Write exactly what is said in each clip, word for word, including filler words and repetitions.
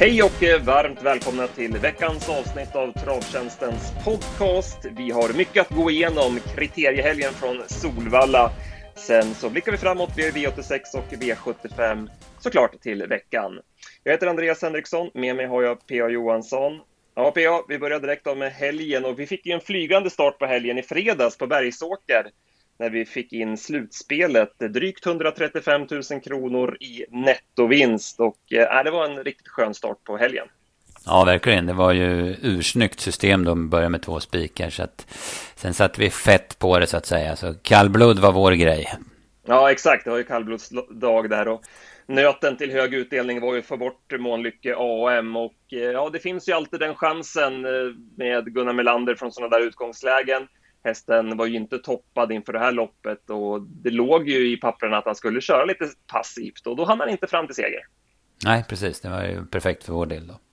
Hej och varmt välkomna till veckans avsnitt av Travtjänstens podcast. Vi har mycket att gå igenom, kriteriehelgen från Solvalla. Sen så blickar vi framåt vid V åttiosex och V sjuttiofem såklart till veckan. Jag heter Andreas Henriksson, med mig har jag P A Johansson. Ja P A, vi börjar direkt av med helgen och vi fick ju en flygande start på helgen i fredags på Bergsåker. När vi fick in slutspelet, drygt hundratrettiofem tusen kronor i nettovinst och äh, det var en riktigt skön start på helgen. Ja, verkligen. Det var ju ursnyggt system. De började med två spikar så att sen satte vi fett på det så att säga. Så kallblod var vår grej. Ja, exakt. Det var ju kallblodsdag där och nöten till hög utdelning var ju få bort Månlycke A M och ja, det finns ju alltid den chansen med Gunnar Melander från sådana där utgångslägen. Hästen var ju inte toppad inför det här loppet och det låg ju i papperna att han skulle köra lite passivt och då hann han inte fram till seger. Nej, precis. Det var ju perfekt för vår del då.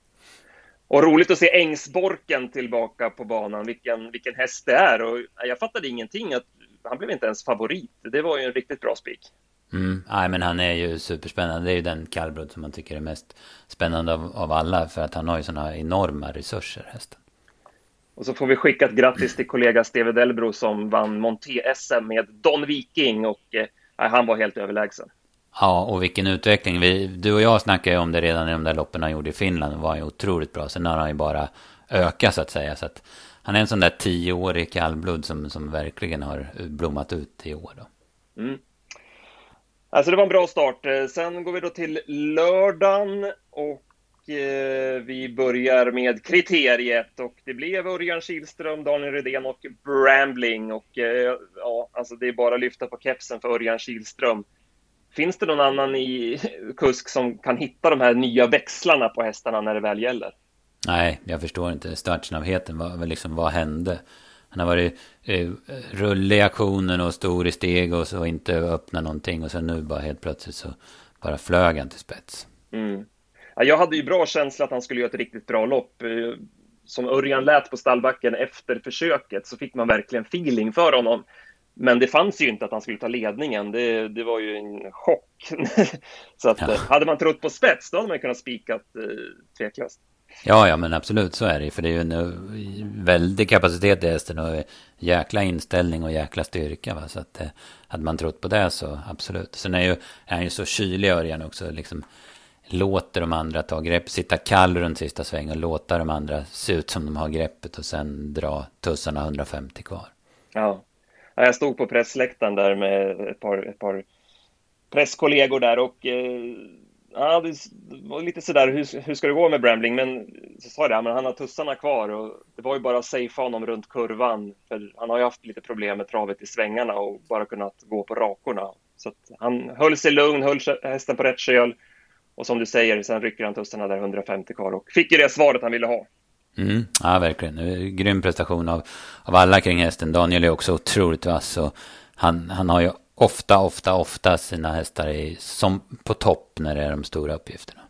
Och roligt att se Ängsborken tillbaka på banan. Vilken, vilken häst det är. Och jag fattade ingenting. Att han blev inte ens favorit. Det var ju en riktigt bra spik. Mm. Nej, men han är ju superspännande. Det är ju den kallblod som man tycker är mest spännande av, av alla. För att han har ju sådana enorma resurser, hästen. Och så får vi skicka ett grattis till kollega Steve Delbro som vann Monté-S M med Don Viking. Och eh, han var helt överlägsen. Ja, och vilken utveckling. Vi, du och jag snackade ju om det redan i de där loppen han gjorde i Finland. Det var ju otroligt bra. Sen har han ju bara ökat så att säga. Så att han är en sån där tioårig kallblod som, som verkligen har blommat ut i år då. Mm. Alltså det var en bra start. Sen går vi då till lördagen och eh, vi börjar med kriteriet. Och det blev Örjan Kihlström, Daniel Redén och Brambling. Och eh, ja, alltså det är bara att lyfta på kepsen för Örjan Kihlström. Finns det någon annan i kusk som kan hitta de här nya växlarna på hästarna när det väl gäller? Nej, jag förstår inte. Startsnabbheten, vad, liksom, vad hände? Han har varit eh, rullig i aktionen och stor i steg och så inte öppna någonting. Och sen nu bara helt plötsligt så bara flög han till spets. Mm. Ja, jag hade ju bra känsla att han skulle göra ett riktigt bra lopp. Som Örjan lät på stallbacken efter försöket så fick man verkligen feeling för honom. Men det fanns ju inte att han skulle ta ledningen. Det, det var ju en chock. Så att, ja. Hade man trott på spets, då hade man kunnat spikat eh, tveklöst. Ja, ja, men absolut så är det. För det är ju en väldig kapacitet i hästen och jäkla inställning och jäkla styrka. Va? Så att eh, hade man trott på det så absolut. Sen är, ju, är han ju så kylig Örjan också. Liksom, låter de andra ta grepp, sitta kall runt sista sväng och låta de andra se ut som de har greppet och sen dra tussarna hundrafemtio kvar. Ja. Jag stod på pressläktaren där med ett par, ett par presskollegor där och eh, ja, det var lite sådär, hur, hur ska det gå med Brambling? Men så sa jag det, men han har tussarna kvar och det var ju bara att safea honom runt kurvan. För han har ju haft lite problem med travet i svängarna och bara kunnat gå på rakorna. Så att han höll sig lugn, höll hästen på rätt köl och som du säger, sen rycker han tussarna där hundrafemtio kvar och fick ju det svaret han ville ha. Mm, ja, verkligen. Grym prestation av, av alla kring hästen. Daniel är också otroligt vass och han, han har ju ofta, ofta, ofta sina hästar i, som på topp när det är de stora uppgifterna.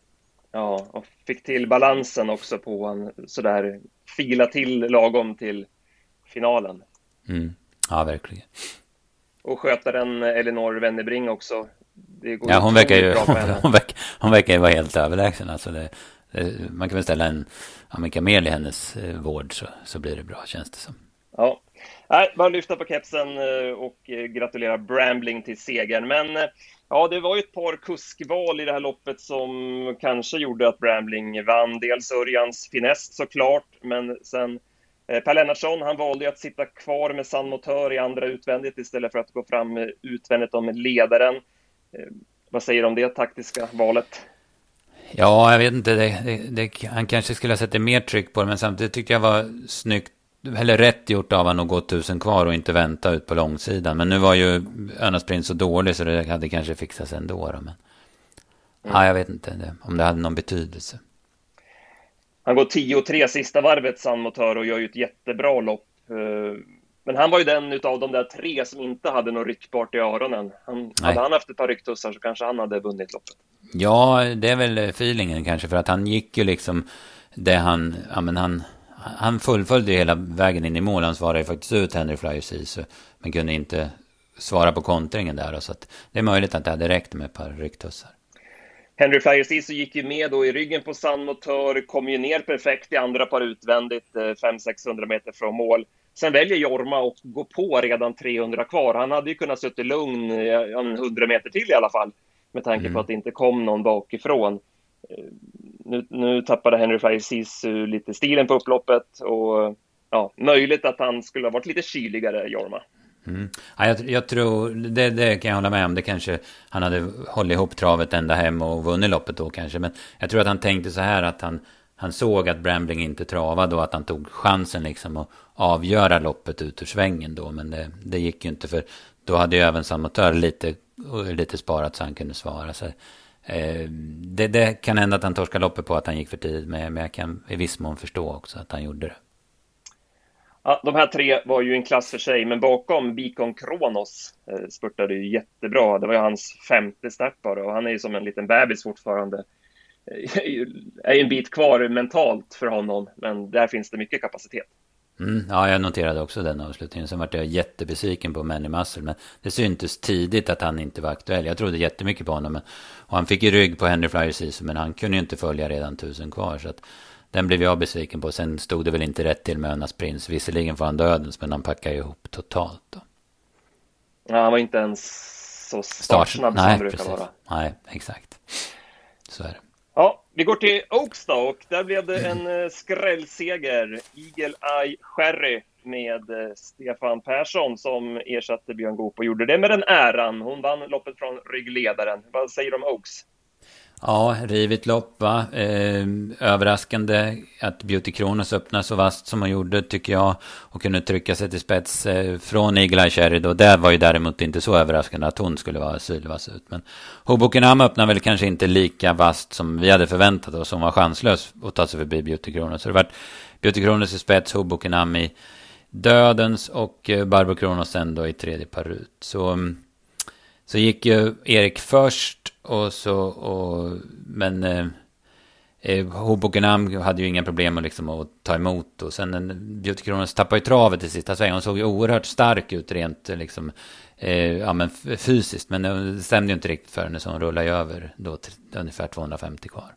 Ja, och fick till balansen också på en sådär fila till lagom till finalen. Mm, ja, verkligen. Och skötaren Elinor Wennerbring också. Det går ja, hon verkar ju hon, hon, verkar, hon verkar ju vara helt överlägsen. Alltså det, det, man kan väl ställa en Kamel i hennes eh, vård så, så blir det bra, känns det som. Ja, nej, bara lyfta på kepsen och eh, gratulera Brambling till segern. Men eh, ja, det var ju ett par kuskval i det här loppet som kanske gjorde att Brambling vann. Dels Örjans finess såklart, men sen eh, Per Lennartsson, han valde ju att sitta kvar med San Motör i andra utvändigt istället för att gå fram utvändigt om ledaren. Eh, vad säger du om det taktiska valet? Ja, jag vet inte. Det, det, det, han kanske skulle ha sett mer tryck på det, men samtidigt tyckte jag var snyggt, eller rätt gjort av han att gå tusen kvar och inte vänta ut på långsidan. Men nu var ju Önas Prins så dålig så det hade kanske fixats ändå. Då, men mm. ja, jag vet inte det, om det hade någon betydelse. Han går tio tre sista varvet San Motör och gör ju ett jättebra lopp. Men han var ju den utav de där tre som inte hade något ryckbart i öronen. Han, hade han haft ett par rycktussar så kanske han hade vunnit loppet. Ja, det är väl feelingen kanske, för att han gick ju liksom det han, ja men han han fullföljde ju hela vägen in i mål. Han svarade ju faktiskt ut Henry Flyer Ceesay, men kunde inte svara på kontringen där då, så att det är möjligt att det hade räckt med ett par rycktussar. Henry Flyer Sisu gick ju med då i ryggen på San Motör, kom ju ner perfekt i andra par utvändigt, fem till sexhundra meter från mål. Sen väljer Jorma att gå på redan trehundra kvar. Han hade ju kunnat sitta lugn en hundra meter till i alla fall, med tanke mm. på att det inte kom någon bakifrån. Nu, nu tappade Henry Flyer Sisu lite stilen på upploppet och ja, möjligt att han skulle ha varit lite kyligare, Jorma. Mm. Ja, jag, jag tror, det, det kan jag hålla med om. Det kanske, han hade hållit ihop travet ända hem och vunnit loppet då kanske. Men jag tror att han tänkte så här att han, han såg att Brambling inte travade och att han tog chansen liksom att avgöra loppet ut ur svängen då. Men det, det gick ju inte, för då hade ju även San Motör lite, lite sparat så han kunde svara. Så, eh, det, det kan hända att han torskade loppet på att han gick för tid. Men, men jag kan i viss mån förstå också att han gjorde det. Ja, de här tre var ju en klass för sig, men bakom Beacon Kronos eh, spurtade ju jättebra. Det var ju hans femte start bara, och han är ju som en liten bebis fortfarande. Eh, är ju en bit kvar mentalt för honom, men där finns det mycket kapacitet. Mm, ja, jag noterade också den avslutningen. Sen var jag jättebesviken på Manny Muscle, men det syntes tidigt att han inte var aktuell. Jag trodde jättemycket på honom, men, och han fick ju rygg på Henry Flyer Sisu, men han kunde ju inte följa redan tusen kvar, så att den blev jag besviken på. Sen stod det väl inte rätt till med Önas Prins. Visserligen får han dödens, men han packar ihop totalt då. Ja, han var inte ens så startsnabb som han brukar precis. vara. Nej, exakt. Så är det. Ja, vi går till Oaks då, och där blev det en mm. skrällseger. Eagle Eye Sherry med Stefan Persson som ersatte Björn Goop och gjorde det med den äran. Hon vann loppet från ryggledaren. Vad säger du om Oaks? Ja, rivigt lopp va. Eh, överraskande att Beauty Kronos öppnar så vast som hon gjorde tycker jag. Och kunde trycka sig till spets eh, från Eagle Eye Cherry då. Det var ju däremot inte så överraskande att hon skulle vara sylvass ut. Men Hobokenham öppnar väl kanske inte lika vast som vi hade förväntat oss. Som var chanslös att ta sig förbi Beauty Kronos. Så det var Beauty Kronos i spets, Hobokenham i dödens och eh, Barbro Kronos ändå i tredje par ut. Så... Så gick ju Erik först och så och men eh, Hobokenham hade ju inga problem med liksom att ta emot, och sen en Beauty Kronos tappade ju travet i sista svängen. Hon såg ju oerhört stark ut rent liksom eh, ja men fysiskt, men det stämde ju inte riktigt för henne, så hon rullade ju över då till ungefär tvåhundrafemtio kvar.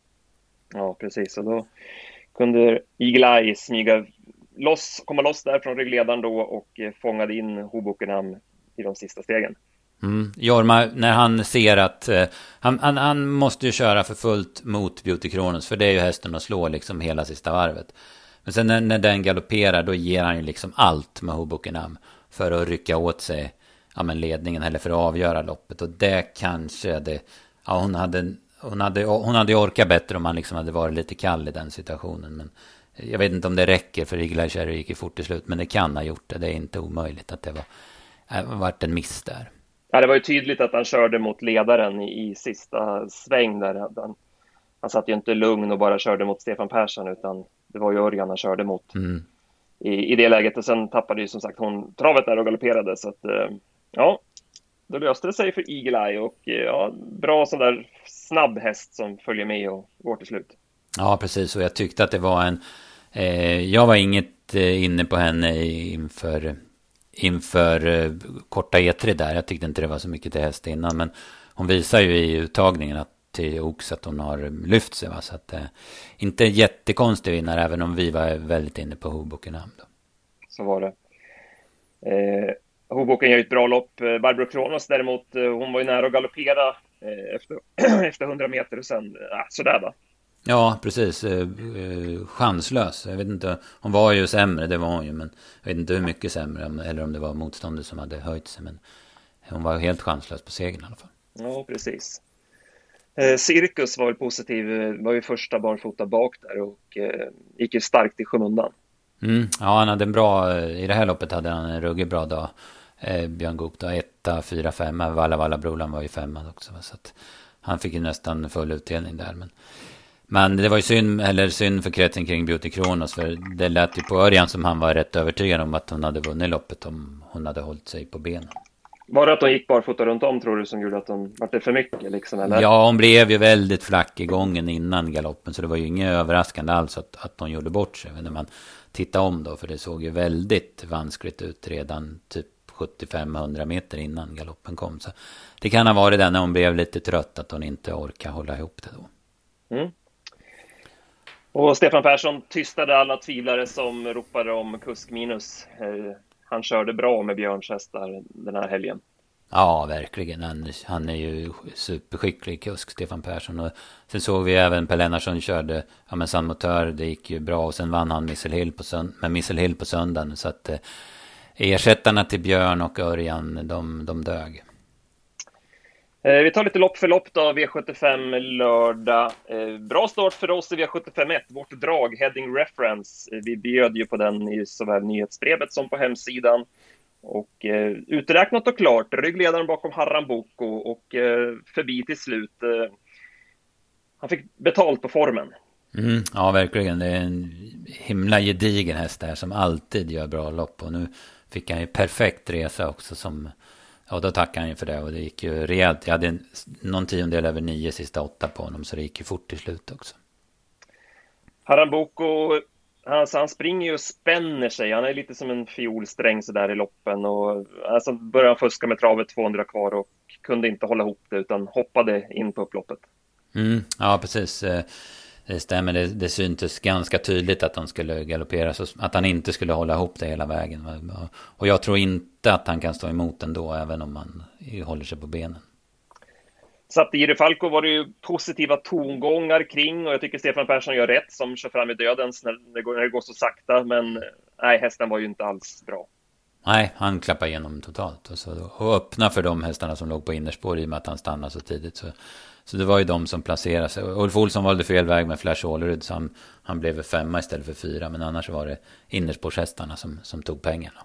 Ja, precis, och då kunde Eagle Eye smyga loss, komma loss där från ryggledaren då och eh, fångade in Hobokenham i de sista stegen. Mm. Jorma, när han ser att eh, han, han, han måste ju köra för fullt mot Beauty Kronos, för det är ju hästen att slå liksom hela sista varvet. Men sen när, när den galopperar, då ger han ju liksom allt med Hobokenham för att rycka åt sig ja, men ledningen eller för att avgöra loppet. Och det kanske det, ja, hon hade hon hade hon hade orkat bättre om han liksom hade varit lite kall i den situationen, men jag vet inte om det räcker, för Eagle Eye Cherry gick ju fort till slut, men det kan ha gjort det. Det är inte omöjligt att det var äh, varit en miss där. Ja, det var ju tydligt att han körde mot ledaren i, i sista sväng där. Han, han satt ju inte lugn och bara körde mot Stefan Persson, utan det var ju Örjan han körde mot mm. i, i det läget. Och sen tappade ju som sagt hon travet där och galopperade. Så att, ja, då löste det sig för Eagle Eye, och ja, bra sån där snabb häst som följer med och går till slut. Ja, precis. Och jag tyckte att det var en... Eh, jag var inget eh, inne på henne inför... inför eh, korta E tre där. Jag tyckte inte det var så mycket till häst innan, men hon visar ju i uttagningen att till Oaks att hon har lyft sig va? Så att eh, inte jättekonstig vinnare, även om vi var väldigt inne på Hobokenham då. Så var det. Eh, Hoboken gör ett bra lopp. Barbro Kronos däremot, eh, hon var ju nära att galoppera eh, efter, efter hundra meter och sen eh, sådär då. Ja, precis. Eh, eh, chanslös. Jag vet inte, hon var ju sämre, det var hon ju, men jag vet inte hur mycket sämre, eller om det var motståndet som hade höjt sig, men hon var helt chanslös på segern i alla fall. Ja, precis. Eh, Cirkus var väl positiv, var ju första barfota bak där och eh, gick ju starkt i skymundan. Mm, ja, han hade en bra, i det här loppet hade han en ruggig bra dag. Eh, Björn Goop då, etta, fyra, femma, Valla Valla Brolan var ju femma också, så att han fick ju nästan full utdelning där, men Men det var ju synd, eller synd för kretsen kring Beauty Kronos, för det lät ju på Örjan som han var rätt övertygad om att hon hade vunnit loppet om hon hade hållit sig på benen. Var det att de gick barfota runt om, tror du, som gjorde att de var det för mycket liksom, eller? Ja, hon blev ju väldigt flack i gången innan galoppen, så det var ju inget överraskande alls att, att de gjorde bort sig. Men när man tittar om då, för det såg ju väldigt vanskligt ut redan typ sjuttiofem hundra meter innan galoppen kom. Så det kan ha varit den när hon blev lite trött att hon inte orkar hålla ihop det då. Mm. Och Stefan Persson tystade alla tvivlare som ropade om kuskminus. Han körde bra med Björns hästar den här helgen. Ja, verkligen. Han, han är ju superskicklig kusk, Stefan Persson. Och sen såg vi även Per Lennartsson körde ja, med San Motör. Det gick ju bra. Och sen vann han Missile Hill på, sönd- med Missile Hill på söndagen. Så att eh, ersättarna till Björn och Örjan, de, de dög. Eh, vi tar lite lopp för lopp då. V sjuttiofem lördag. Eh, bra start för oss i V sjuttiofem ett. Vårt drag, Heading Reference. Eh, vi bjöd ju på den i såväl nyhetsbrevet som på hemsidan. Och eh, uträknat och klart, ryggledaren bakom Harran Boko och eh, förbi till slut. Eh, han fick betalt på formen. Mm, ja, verkligen. Det är en himla gedigen häst där som alltid gör bra lopp. Och nu fick han ju perfekt resa också. Som, och då tackade han ju för det. Och det gick ju rejält. Jag hade en, någon tiondel över nio sista åtta på honom. Så det gick ju fort i slut också. Harran Boko... Alltså, han springer ju och spänner sig. Han är lite som en fiolsträng så där i loppen. Och, alltså, började han fuska med travet tvåhundra kvar och kunde inte hålla ihop det utan hoppade in på upploppet. Mm, ja, precis. Det stämmer. Det, det syntes ganska tydligt att han skulle galoppera. Så att han inte skulle hålla ihop det hela vägen. Och jag tror inte att han kan stå emot ändå även om han håller sig på benen. Så att i Jiri Falco var det ju positiva tongångar kring och jag tycker Stefan Persson gör rätt som kör fram i dödens när det går, när det går så sakta, men nej, hästen var ju inte alls bra. Nej, han klappade igenom totalt och, så, och öppna för de hästarna som låg på innerspår i och med att han stannade så tidigt. Så, så det var ju de som placerade sig. Ulf Olsson valde fel väg med Flash Ålerud så han, han blev femma istället för fyra, men annars var det innerspårshästarna som, som tog pengarna.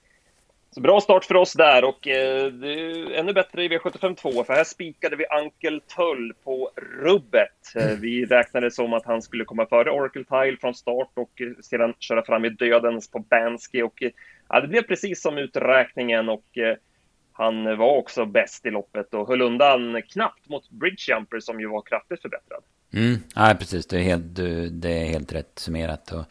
Så bra start för oss där och eh, det är ännu bättre i V sjuttiofem två för här spikade vi Ankel Tull på rubbet. Eh, vi räknade som att han skulle komma före Oracle Tile från start och eh, sedan köra fram i dödens på Bansky och eh, ja, det blev precis som uträkningen och eh, han var också bäst i loppet och höll undan knappt mot Bridgejumper som ju var kraftigt förbättrad. Mm, ja, precis. Det är helt, det är helt rätt summerat och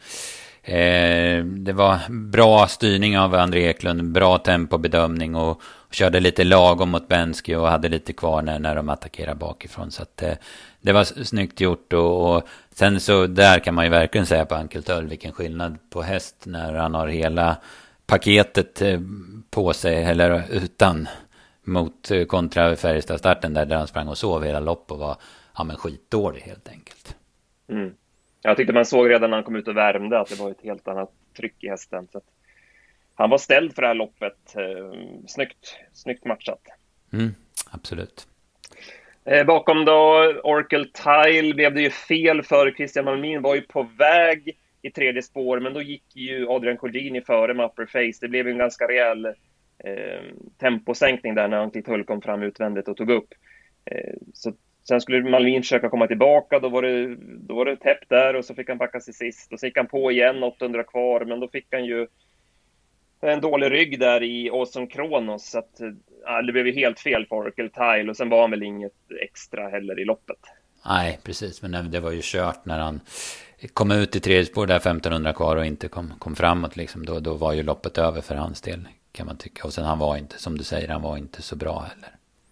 Eh, det var bra styrning av André Eklund, bra tempobedömning och, och körde lite lagom mot Bensky och hade lite kvar när, när de attackerade bakifrån. Så att, eh, det var snyggt gjort och, och sen så där kan man ju verkligen säga på Ankel Tull vilken skillnad på häst när han har hela paketet eh, på sig eller utan mot eh, kontra Färjestad-starten där, där han sprang och sov hela lopp och var ja, men skitdålig helt enkelt. Mm. Jag tyckte man såg redan när han kom ut och värmde att det var ett helt annat tryck i hästen. Så att han var ställd för det här loppet. Eh, snyggt, snyggt matchat. Mm, absolut. Eh, bakom då Oracle Tile blev det ju fel för Christian Malmin. Var ju på väg i tredje spår. Men då gick ju Adrian Colgjini före med Upper Face. Det blev en ganska rejäl eh, temposänkning där när Ankel Tull kom fram utvändigt och tog upp. Eh, så sen skulle Malmin försöka komma tillbaka, då var det, då var det täppt där och så fick han backa sig sist. Och så gick han på igen, åttahundra kvar, men då fick han ju en dålig rygg där i Awesome Kronos. Så att, ja, det blev ju helt fel för Oracle Tile och sen var han väl inget extra heller i loppet. Nej, precis, men det var ju kört när han kom ut i tredje spår där femtonhundra kvar och inte kom, kom framåt liksom. Då, då var ju loppet över för hans del kan man tycka. Och sen han var inte, som du säger, han var inte så bra heller.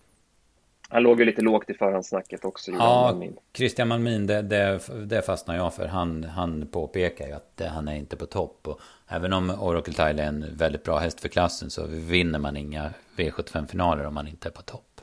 Han låg ju lite lågt i förhandssnacket också. Ja, Malmin. Christian Malmin, det, det, det fastnar jag för. Han, han påpekar ju att det, han är inte på topp. Och även om Oracle Tile är en väldigt bra häst för klassen så vinner man inga V sjuttiofem-finaler om man inte är på topp.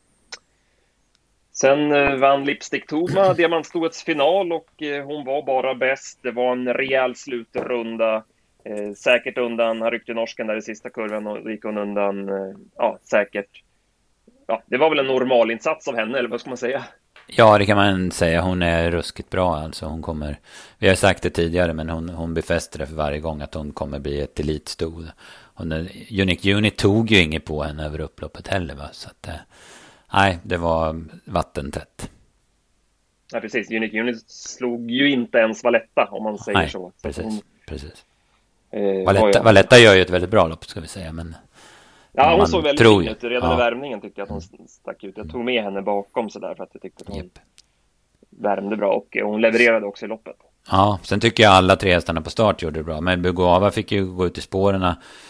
Sen eh, vann Lipstick Toma Diamantstoets final och eh, hon var bara bäst. Det var en rejäl slutrunda. Eh, säkert undan, han ryckte norsken där i sista kurvan och gick hon undan, eh, ja, säkert. Ja, det var väl en normal insats av henne, eller vad ska man säga? Ja, det kan man säga. Hon är ruskigt bra. Alltså hon kommer, vi har sagt det tidigare, men hon, hon befäster det för varje gång att hon kommer bli ett elitstod. Unique Unit tog ju inget på henne över upploppet heller. Va? Så att, nej, det var vattentätt. Ja, precis. Unique Unit slog ju inte ens Valletta, om man säger nej, så. så precis, hon, precis. Eh, Valletta, Valletta gör ju ett väldigt bra lopp, ska vi säga, men... Ja, hon såg väldigt fin ut. Redan ja. i värmningen tyckte jag att hon stack ut. Jag tog med henne bakom så där för att jag tyckte att hon yep. värmde bra. Och hon levererade också i loppet. Ja, sen tycker jag alla tre hästarna på start gjorde det bra. Men Bugava fick ju gå ut i spåren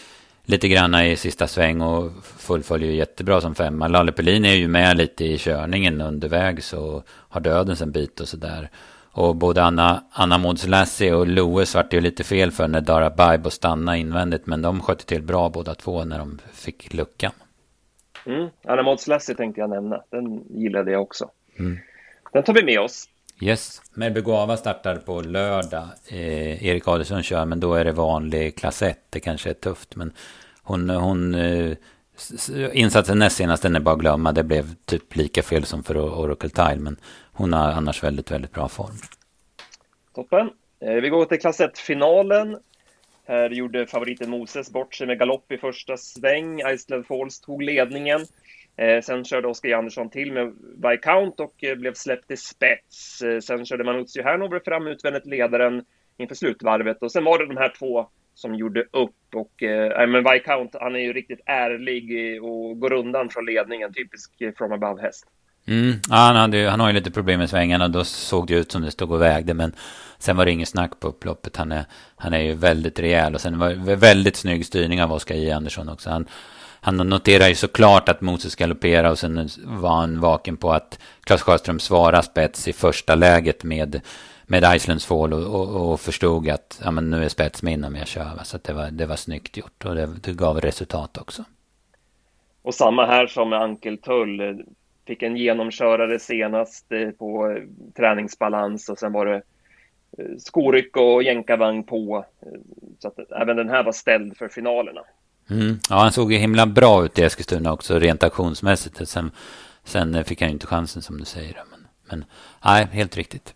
lite granna i sista sväng och fullföljer ju jättebra som femma. Lalle Pelin är ju med lite i körningen underväg så har dödens en bit och sådär. Och både Anna, Anna Mods Lassie och Lewis vart ju lite fel för när Dara Bibo stannade invändigt. Men de skötte till bra båda två när de fick luckan. Mm. Anna Mods Lassie tänkte jag nämna. Den gillade jag också. Mm. Den tar vi med oss. Yes, Melby Guava startar på lördag. Eh, Erik Adelsson kör, men då är det vanlig klass ett. Det kanske är tufft, men hon... hon eh, insatsen näst senast, den är bara att glömma. Det blev typ lika fel som för Oracle Tile, men hon har annars väldigt, väldigt bra form. Toppen. Eh, vi går till klass ett-finalen. Här gjorde favoriten Moses bort sig med galopp i första sväng. Iceland Falls tog ledningen. Eh, sen körde Oskar Andersson till med Viscount och eh, blev släppt i spets. Eh, sen körde Manuzio Hanover fram utvändigt ledaren inför slutvarvet. Och sen var det de här två som gjorde upp. Och eh, men Viscount, han är ju riktigt ärlig och går undan från ledningen. Typisk eh, from above-häst. Mm. Ja, han, hade, han har ju lite problem med svängarna. Då såg det ut som det stod och vägde. Men sen var det ingen snack på upploppet. Han är, han är ju väldigt rejäl. Och sen var det väldigt snygg styrning av Oskar J. Andersson också. Han, han noterar ju såklart att Moses galopperar. Och sen var han vaken på att Claes Sjöström svarar spets i första läget med, med Icelands Fall. Och, och, och förstod att ja, men nu är spets min om jag kör. Så att det, var, det var snyggt gjort. Och det, det gav resultat också. Och samma här som med Ankel Tull. Fick en genomkörare senast på träningsbalans och sen var det skoryck och jänkarvagn på. Så att även den här var ställd för finalerna. Mm. Ja, han såg ju himla bra ut i Eskilstuna också rent aktionsmässigt. Sen, sen fick han ju inte chansen som du säger. Men, men nej, helt riktigt.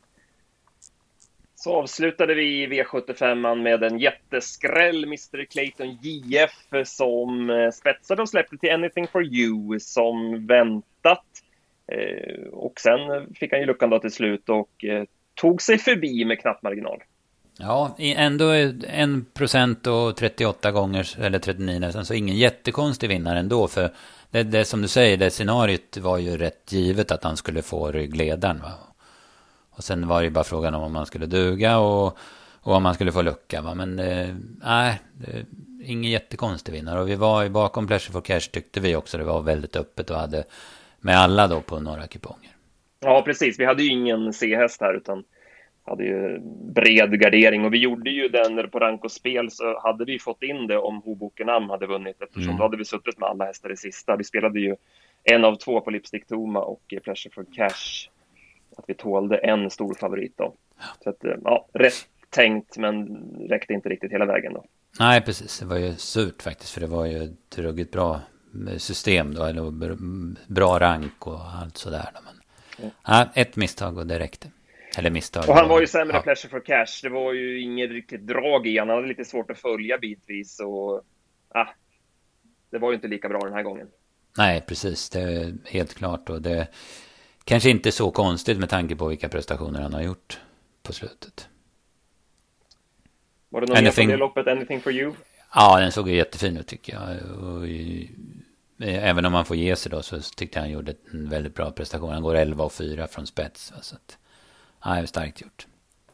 Så avslutade vi V sjuttiofem med en jätteskräll, mister Clayton J F som spetsade och släppte till Anything for You som väntat. Eh, och sen fick han ju luckan då till slut och eh, tog sig förbi med knapp marginal. Ja, ändå en procent och trettioåtta gånger, eller trettionio nästan, så ingen jättekonstig vinnare ändå. För det, det som du säger, det scenariot var ju rätt givet att han skulle få ryggledaren, va? Och sen var det ju bara frågan om om man skulle duga och, och om man skulle få lucka. Va? Men eh, nej, det, ingen jättekonstig vinnare. Och vi var ju bakom Pleasure for Cash tyckte vi också. Det var väldigt öppet och hade med alla då på några kuponger. Ja, precis. Vi hade ju ingen C-häst här utan hade ju bred gardering. Och vi gjorde ju den på rank och spel så hade vi fått in det om Hobokenam hade vunnit. Eftersom mm. då hade vi suttit med alla hästar i sista. Vi spelade ju en av två på Lipstick Toma och Pleasure for Cash. Att vi tålde en stor favorit då. Så att, ja, rätt tänkt men räckte inte riktigt hela vägen då. Nej, precis. Det var ju surt faktiskt. För det var ju ett ruggigt bra system då. Eller bra rank och allt sådär då. Men, ja. Ja, ett misstag och det räckte. Eller misstag. Och han var ju sämre ja. Pleasure for Cash. Det var ju inget riktigt drag i. Han hade lite svårt att följa bitvis. Och ah, det var ju inte lika bra den här gången. Nej, precis. Det är helt klart. Och det kanske inte så konstigt med tanke på vilka prestationer han har gjort på slutet. Var det någon anything... mer på det loppet? Anything for You? Ja, den såg ju jättefin ut tycker jag. Och, även om man får ge sig då så tyckte jag han gjorde en väldigt bra prestation. Han går elva och fyra från spets. Så att, ja, det är starkt gjort.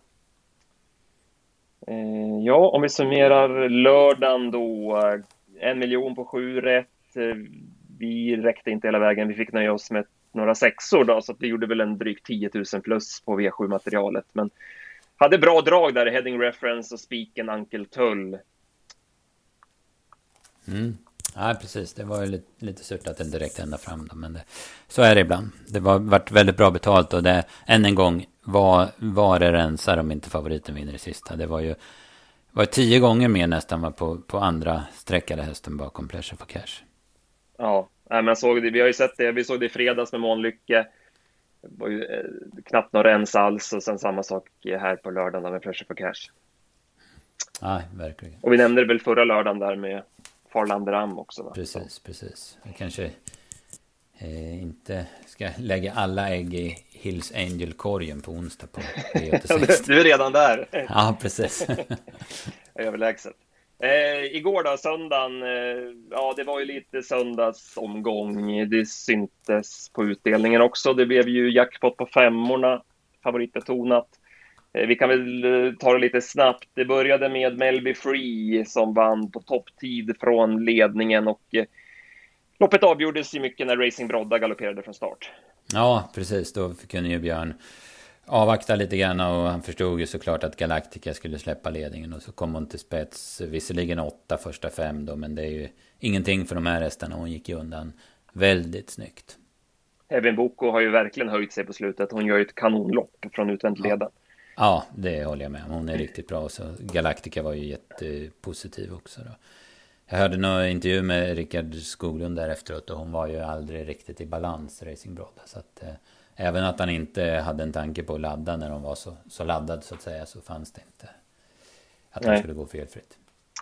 Eh, ja, om vi summerar lördagen då. En miljon på sju rätt. Vi räckte inte hela vägen. Vi fick nöja oss med några sexor då, så att det gjorde väl en drygt tio tusen plus på V sju-materialet. Men hade bra drag där i Heading Reference och spiken Ankel Tull. Mm. Ja, precis. Det var ju lite, lite surt att den direkt ända fram då, men det, så är det ibland. Det var varit väldigt bra betalt och det, än en gång, var, var det rensar om inte favoriten vinner i sista. Det var ju var tio gånger mer nästan på, på andra sträckade hästen bakom Pleasure for Cash. Ja, men såg det, vi har ju sett det. Vi såg det i fredags med Månlycke. Det var ju eh, knappt någon rens alls. Och sen samma sak här på lördagen med Pleasure for Cash. Ja, verkligen. Och vi nämnde det väl förra lördagen där med Farlander Am också. Va? Precis, så. precis. Jag kanske eh, inte ska lägga alla ägg i Hills Angel-korgen på onsdag på V åttiosex. Du är redan där. Ja, precis. Överlägset. Eh, igår då, söndagen, eh, ja det var ju lite söndagsomgång, det syntes på utdelningen också, det blev ju jackpot på femmorna, favoritbetonat. Vi kan väl ta det lite snabbt. Det började med Melby Free som vann på topptid från ledningen och loppet avgjordes ju mycket när Racing Brodda galopperade från start. Ja, precis. Då kunde ju Björn avvakta lite grann och han förstod ju såklart att Galactica skulle släppa ledningen och så kom hon till spets. Visserligen åtta första fem då, men det är ju ingenting för de här hästarna. Hon gick ju undan väldigt snyggt. Evin Boko har ju verkligen höjt sig på slutet. Hon gör ju ett kanonlopp från utvänt leden. Ja. Ja, det håller jag med om. Hon är riktigt bra. Så Galactica var ju jättepositiv också då. Jag hörde någon intervju med Rickard Skoglund där efteråt och hon var ju aldrig riktigt i balans, Racing Brodda. Så att eh, även att han inte hade en tanke på att ladda när de var så, så laddad så att säga, så fanns det inte att han skulle gå felfritt.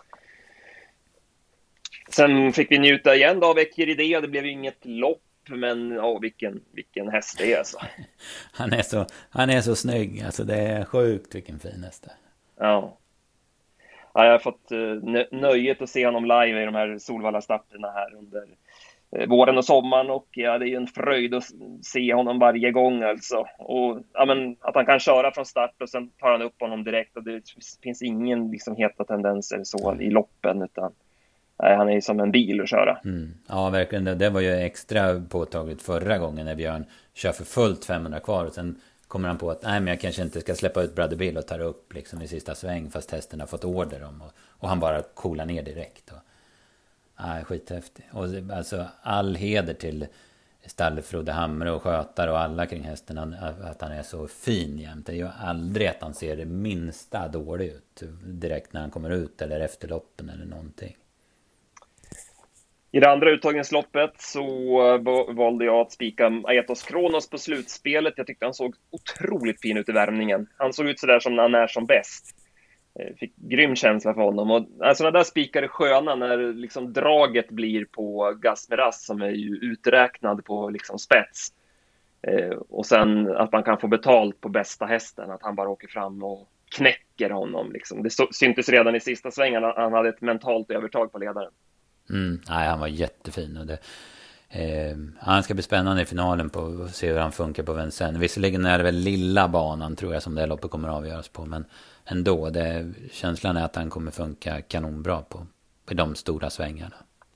Sen fick vi njuta igen då av Ekiridea. Det blev ju inget lopp. Men ja, vilken, vilken häst det är alltså. Han är så, han är så snygg. Alltså det är sjukt vilken fin häst det. Ja. Ja, jag har fått nöjet att se honom live i de här Solvalla-starterna här under våren och sommaren. Och ja, det är ju en fröjd att se honom varje gång alltså. Och ja, men att han kan köra från start och sen tar han upp honom direkt. Och det finns ingen liksom heta tendenser så i loppen utan... Nej, han är ju som en bil att köra. Mm. Ja, verkligen. Det, det var ju extra påtagligt förra gången när Björn kör för fullt femhundra kvar. Och sen kommer han på att nej, men jag kanske inte ska släppa ut Brother Bill och ta upp liksom i sista sväng fast hästen har fått order om. Och, och han bara coolar ner direkt. Och, nej, skithäftigt. Och alltså all heder till Stalle Frode Hamre och skötare och alla kring hästen. Att han är så fin jämt. Det är ju aldrig att han ser det minsta dålig ut direkt när han kommer ut eller efter loppen eller någonting. I det andra uttagningsloppet så valde jag att spika Aetos Kronos på slutspelet. Jag tyckte han såg otroligt fin ut i värmningen. Han såg ut så där som när han är som bäst. Fick grym känsla för honom. Och alltså när där spikar är sköna när liksom draget blir på Gasmeras som är ju uträknad på liksom spets. Och sen att man kan få betalt på bästa hästen. Att han bara åker fram och knäcker honom. Liksom. Det syntes redan i sista svängen. Han hade ett mentalt övertag på ledaren. Mm, nej, han var jättefin och det, eh, han ska bli spännande i finalen på att se hur han funkar på Vincennes. Visserligen är det väl lilla banan tror jag som det här loppet kommer att avgöras på, men ändå, det, känslan är att han kommer funka kanonbra på, på de stora svängarna.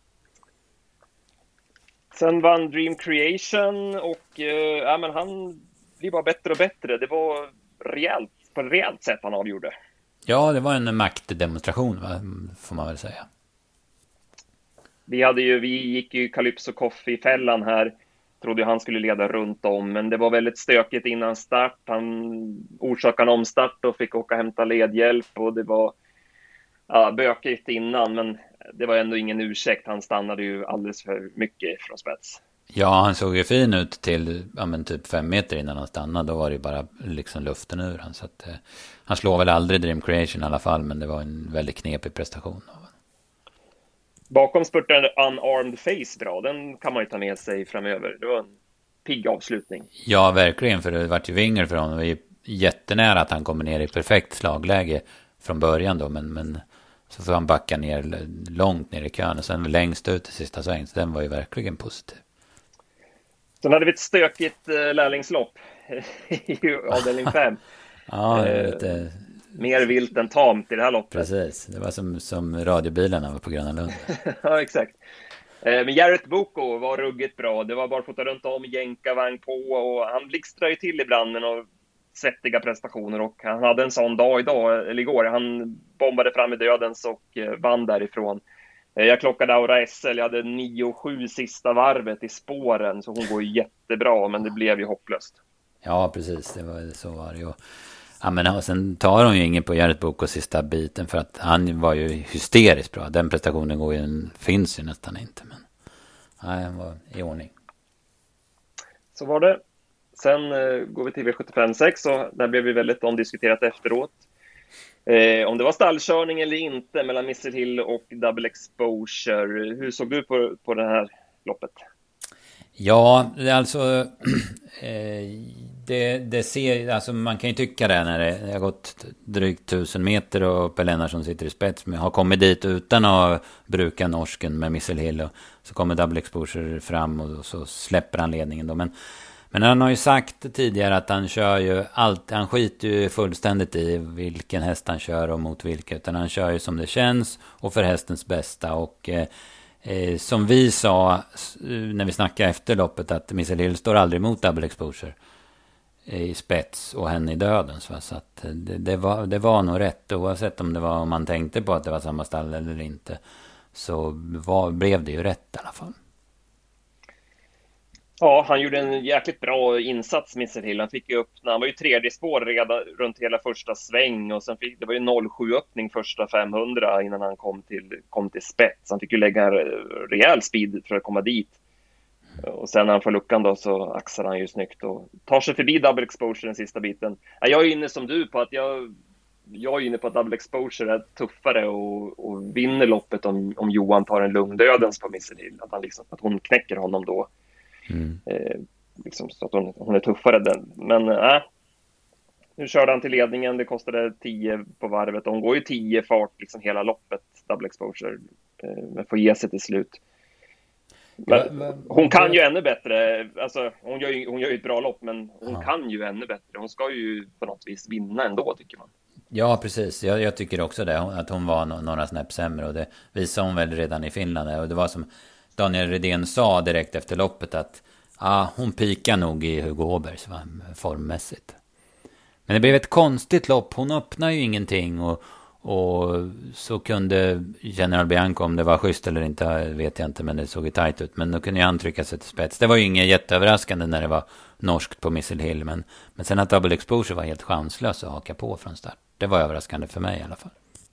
Sen vann Dream Creation och eh, ja, men han blir bara bättre och bättre. Det var rejält, på ett rejält sätt han avgjorde. Ja, det var en maktdemonstration, va, får man väl säga. Vi, hade ju, vi gick ju Calypso Coffee-fällan här. Trodde han skulle leda runt om. Men det var väldigt stökigt innan start. Han orsakade en omstart och fick åka och hämta ledhjälp. Och det var ja, bökigt innan. Men det var ändå ingen ursäkt. Han stannade ju alldeles för mycket från spets. Ja, han såg ju fin ut till ja, men typ fem meter innan han stannade. Då var det ju bara liksom luften ur han. Så att, eh, han slår väl aldrig Dream Creation i alla fall. Men det var en väldigt knepig prestation. Bakom spurtade Unarmed Face bra. Den kan man ju ta med sig framöver. Det var en pigg avslutning. Ja, verkligen. För det var ju vinger för honom. Det var ju jättenära att han kommer ner i perfekt slagläge från början då. Men, men så får han backa ner långt ner i kön. Och sen längst ut i sista sväng. Så den var ju verkligen positiv. Sen hade vi ett stökigt äh, lärlingslopp i avdelning fem. Ja, det lite... Mer vilt än tamt i det här loppet. Precis, det var som, som radiobilarna på Gröna Lund. Ja, exakt. Men Jarrett Boko var ruggigt bra. Det var bara fota runt om, jänkarvagn på. Och han blixtrade ju till ibland med några svettiga prestationer. Och han hade en sån dag idag, eller igår. Han bombade fram i dödens och vann därifrån. Jag klockade Aura S L. Jag hade nio sju sista varvet i spåren. Så hon går jättebra, men det blev ju hopplöst. Ja, precis. Det var, så var det ju. Ja, men sen tar hon ju ingen på Jarrett Boko sista biten för att han var ju hysteriskt bra. Den prestationen går ju, finns ju nästan inte. Men nej, han var i ordning. Så var det. Sen eh, går vi till V sjuttiofem sex och där blev vi väldigt omdiskuterat efteråt. Eh, om det var stallkörning eller inte mellan Missile Hill och Double Exposure. Hur såg du på, på det här loppet? Ja, alltså eh, det, det ser, alltså man kan ju tycka det när det har gått drygt tusen meter och Per Lennartsson sitter i spets, men har kommit dit utan att bruka norsken med Missile Hill och så kommer Double Exposure fram och så släpper han ledningen då. Men, Men han har ju sagt tidigare att han kör ju allt, han skiter ju fullständigt i vilken häst han kör och mot vilka, utan han kör ju som det känns och för hästens bästa. Och eh, eh, som vi sa när vi snackade efter loppet, att Missile Hill står aldrig emot double exposure i spets och henne i dödens. Va? Så att det, det, var, det var nog rätt, oavsett om det var, om man tänkte på att det var samma stall eller inte, så var, blev det ju rätt i alla fall. Ja, han gjorde en jäkligt bra insats, Missile Hill. Han fick ju öppna, han var ju tredje spår redan runt hela första sväng, och sen fick det var ju noll sju öppning första femhundra innan han kom till, kom till spets. Han fick ju lägga en rejäl speed för att komma dit. Och sen när han får luckan då, så axar han ju snyggt och tar sig förbi double exposure den sista biten. Jag är inne som du på att jag, jag är inne på att double exposure är tuffare och, och vinner loppet om, om Johan tar en lugn dödens på Missile Hill. Att, han liksom, att hon knäcker honom då. Mm. Eh, liksom, så att hon, hon är tuffare den. Men äh, nu körde han till ledningen. Det kostade tio på varvet. Hon går ju tio fart liksom hela loppet, double exposure, eh, men får ge sig till slut. Men, ja, men, hon kan det... ju ännu bättre. Alltså, hon, gör ju, hon gör ju ett bra lopp, men hon ja. kan ju ännu bättre. Hon ska ju på något vis vinna ändå, tycker man. Ja, precis. Jag, jag tycker också det. Att hon var no- några snäpp sämre. Och det visade hon väl redan i Finland. Och det var som Daniel Redén sa direkt efter loppet, att ah, hon pikar nog i Hugo Åbergs formmässigt. Men det blev ett konstigt lopp. Hon öppnar ju ingenting. Och, och så kunde General Bianco, om det var schysst eller inte vet jag inte, men det såg ju tajt ut. Men då kunde ju han trycka sig till spets. Det var ju inget jätteöverraskande när det var norskt på Missile Hill. Men, men sen att double exposure var helt chanslös att haka på från start. Det var överraskande för mig i alla fall.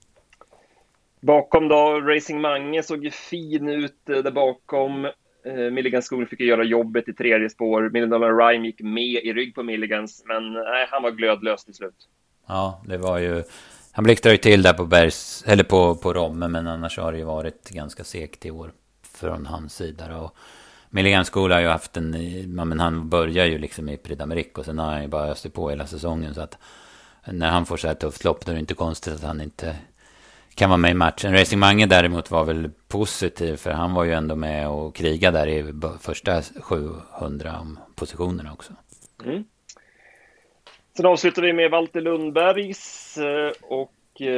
Bakom då, Racing Mange såg ju fin ut där bakom. Eh, Milligan School fick ju göra jobbet i tredje spår. Million Dollar Rhyme gick med i rygg på Milligans, men nej, han var glödlös till slut. Ja, det var ju... Han blixtrade ju till där på Bergs, eller på, på Romme, men annars har det ju varit ganska segt i år från hans sida. Och Milligan School har ju haft en... Men han börjar ju liksom i Prix d'Amérique och sen har han ju bara öst på hela säsongen. Så att när han får så här tufft lopp, då är det inte konstigt att han inte kan vara med i matchen. Racing Mange däremot var väl positiv, för han var ju ändå med och kriga där i första sjuhundra positionerna också. Mm. Sen avslutade vi med Walter Lundbergs och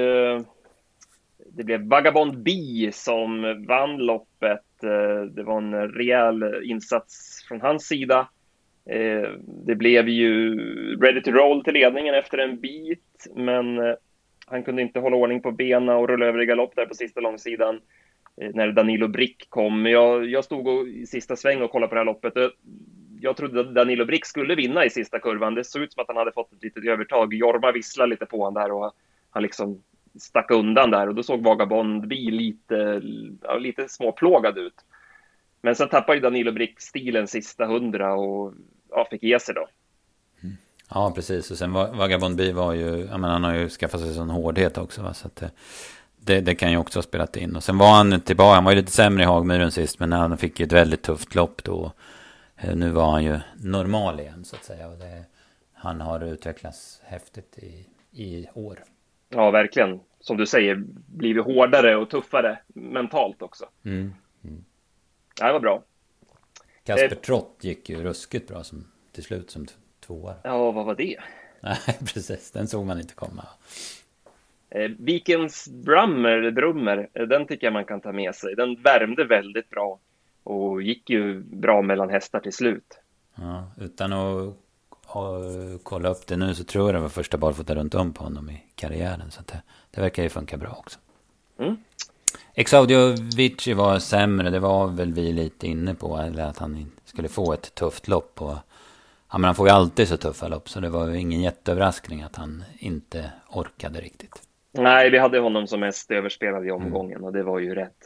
det blev Vagabond B som vann loppet. Det var en rejäl insats från hans sida. Det blev ju ready to roll till ledningen efter en bit, men han kunde inte hålla ordning på bena och rulla över i galopp där på sista långsidan när Danilo Brick kom. Jag, jag stod och, i sista sväng och kollade på det här loppet. Jag trodde att Danilo Brick skulle vinna i sista kurvan. Det såg ut som att han hade fått ett litet övertag. Jorma visslade lite på honom där och han liksom stack undan där. Och då såg Vagabond B lite, ja, lite småplågad ut. Men sen tappade ju Danilo Brick stilen sista hundra och ja, fick ge sig då. Mm. Ja, precis. Och sen var, Vagabond B var ju, jag menar, han har ju skaffat sig sån hårdhet också, va? Så att det, det kan ju också ha spelat in. Och sen var han tillbaka, han var ju lite sämre i Hagmyren sist, men han fick ju ett väldigt tufft lopp då. Nu var han ju normal igen, så att säga. Och det, han har utvecklats häftigt i, i år. Ja, verkligen. Som du säger, blivit hårdare och tuffare mentalt också. Mm. Mm. Ja, det var bra. Kasper eh, Trott gick ju ruskigt bra som, till slut som tvåa. Ja, vad var det? Nej, precis. Den såg man inte komma. Eh, Vikens Brummer, Brummer, den tycker jag man kan ta med sig. Den värmde väldigt bra. Och gick ju bra mellan hästar till slut. Ja, utan att, att kolla upp det nu så tror jag det var första barfota runt om på honom i karriären. Så det, det verkar ju funka bra också. Mm. Exaudio Vici var sämre. Det var väl vi lite inne på. Eller att han skulle få ett tufft lopp. Och, ja, men han får ju alltid så tuffa lopp. Så det var ju ingen jätteöverraskning att han inte orkade riktigt. Nej, vi hade honom som mest överspelad i omgången. Mm. Och det var ju rätt.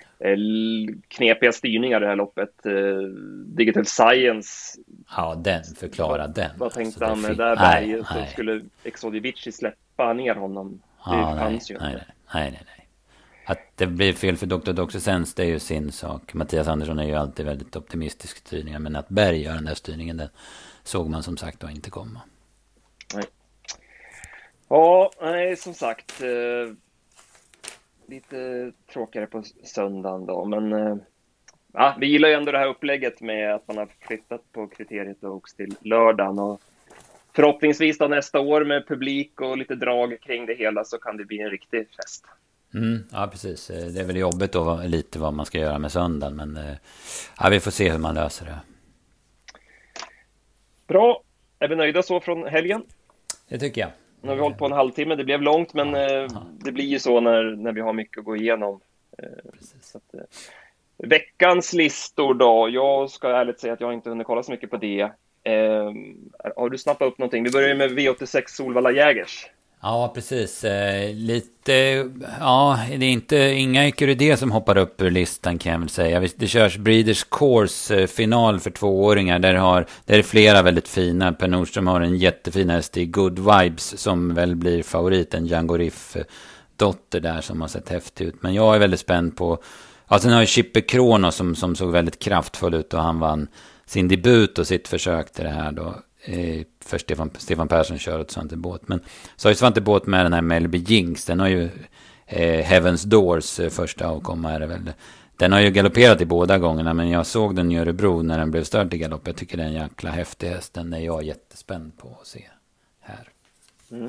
Knepiga styrningar det här loppet. Digital Science. Ja, den, förklara den. Vad tänkte alltså, han med där berget? Så skulle Exaudio Vici släppa ner honom. Ja, det fanns nej, ju inte. Nej, nej, nej. Att det blir fel för doktor Doxysens, det är ju sin sak. Mattias Andersson är ju alltid väldigt optimistisk i styrningen. Men att Berg gör den där styrningen, den såg man som sagt då inte komma. Nej. Ja, nej, som sagt. Eh, lite tråkigare på söndagen då. Men eh, ja, vi gillar ju ändå det här upplägget med att man har flyttat på kriteriet och till lördagen. Och förhoppningsvis då nästa år med publik och lite drag kring det hela så kan det bli en riktig fest. Mm, ja, precis. Det är väl jobbigt då lite vad man ska göra med söndagen. Men ja, vi får se hur man löser det. Bra. Är vi nöjda så från helgen? Det tycker jag. Nu har vi hållit på en halvtimme. Det blev långt, men eh, det blir ju så när, när vi har mycket att gå igenom. Eh, så att, eh, veckans listor då. Jag ska ärligt säga att jag inte hunnit kolla så mycket på det. Eh, har du snappat upp någonting? Vi börjar med V åttiosex Solvalla Jägers. Ja, precis. Eh, lite, ja, det är inte inga Ecurydé som hoppar upp ur listan kan jag väl säga. Det körs Breeders Course eh, final för tvååringar. Där, har, där är flera väldigt fina. Per Nordström har en jättefin häst i Good Vibes som väl blir favoriten. Django Riff eh, dotter där som har sett häftig ut. Men jag är väldigt spänd på... Ja, sen har jag Chipper Kronos som, som såg väldigt kraftfull ut och han vann sin debut och sitt försök till det här då. För Stefan, Stefan Persson kör åt Svante Båt. Men så har ju Svante Båt med den här Melby Jinx. Den har ju eh, Heaven's Doors eh, första avkomma är det väl. Den har ju galopperat i båda gångerna. Men jag såg den i Örebro när den blev störd i galopp. Jag tycker det är en jäkla häftig häst. Den är jag jättespänd på att se här. Mm.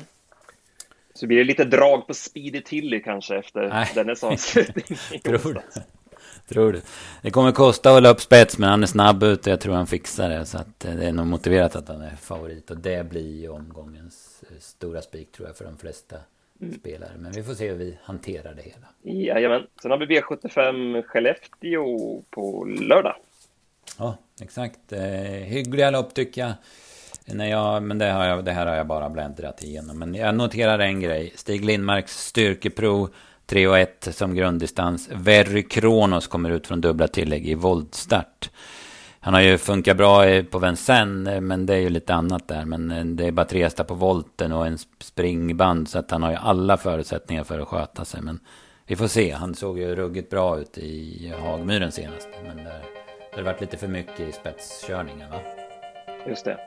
Så blir det lite drag på Speedy Tilly kanske efter Nej. dennes avslutning. Tror du? Tror du? Det kommer kosta att hålla upp spets, men han är snabb ut och jag tror han fixar det. Så att det är nog motiverat att han är favorit. Och det blir ju omgångens stora spik tror jag för de flesta mm. spelare. Men vi får se hur vi hanterar det hela. Jajamän. Sen har vi V sjuttiofem Skellefteå på lördag. Ja, exakt. Eh, hyggliga lopp tycker jag. När jag, men det, har jag, det här har jag bara bläddrat igenom. Men jag noterar en grej. Stig Lindmarks styrkeprov tre och ett som grunddistans. Verry Kronos kommer ut från dubbla tillägg i voltstart. Han har ju funkat bra på Vincennes, men det är ju lite annat där. Men det är bara tre hästar på volten och en springband. Så att han har ju alla förutsättningar för att sköta sig. Men vi får se. Han såg ju ruggigt bra ut i Hagmyren senast. Men där, det har varit lite för mycket i spetskörningen, va? Just det.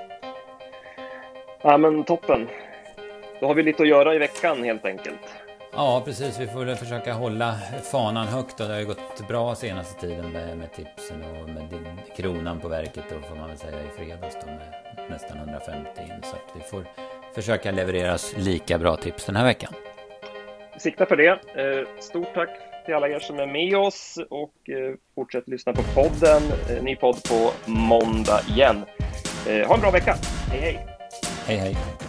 Ja, men toppen. Då har vi lite att göra i veckan helt enkelt. Ja, precis. Vi får försöka hålla fanan högt och det har ju gått bra senaste tiden med, med tipsen och med din, kronan på verket då får man väl säga i fredags då med nästan hundrafemtio in. Så att vi får försöka levereras lika bra tips den här veckan. Sikta för det. Stort tack till alla er som är med oss och fortsätt lyssna på podden. Ny podd på måndag igen. Ha en bra vecka. Hej hej. Hej hej.